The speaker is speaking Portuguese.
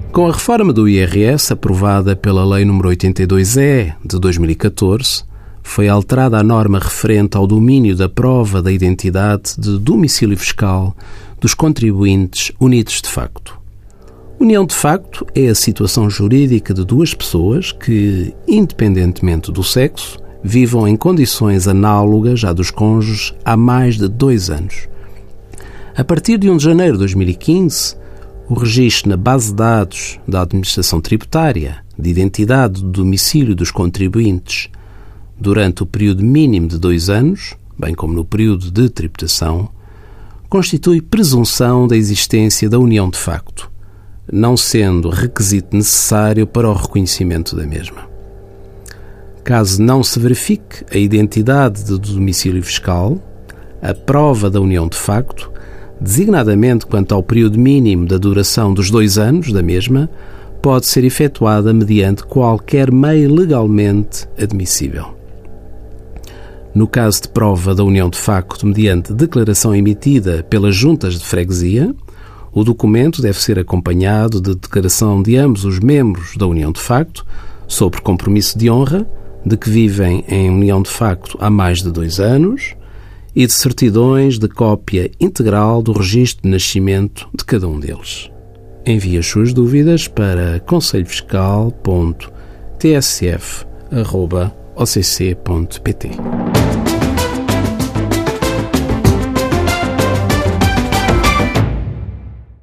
Com a reforma do IRS, aprovada pela Lei nº 82/E de 2014, foi alterada a norma referente ao domínio da prova da identidade de domicílio fiscal dos contribuintes unidos de facto. União de facto é a situação jurídica de duas pessoas que, independentemente do sexo, vivam em condições análogas à dos cônjuges há mais de 2 anos. A partir de 1 de janeiro de 2015, o registro na base de dados da Administração Tributária de identidade do domicílio dos contribuintes durante o período mínimo de 2 anos, bem como no período de tributação, constitui presunção da existência da união de facto, não sendo requisito necessário para o reconhecimento da mesma. Caso não se verifique a identidade do domicílio fiscal, a prova da união de facto, designadamente quanto ao período mínimo da duração dos 2 anos da mesma, pode ser efetuada mediante qualquer meio legalmente admissível. No caso de prova da união de facto mediante declaração emitida pelas juntas de freguesia, o documento deve ser acompanhado de declaração de ambos os membros da união de facto sobre compromisso de honra, de que vivem em união de facto há mais de 2 anos, e de certidões de cópia integral do registro de nascimento de cada um deles. Envie as suas dúvidas para conselhofiscal.tsf@occ.pt.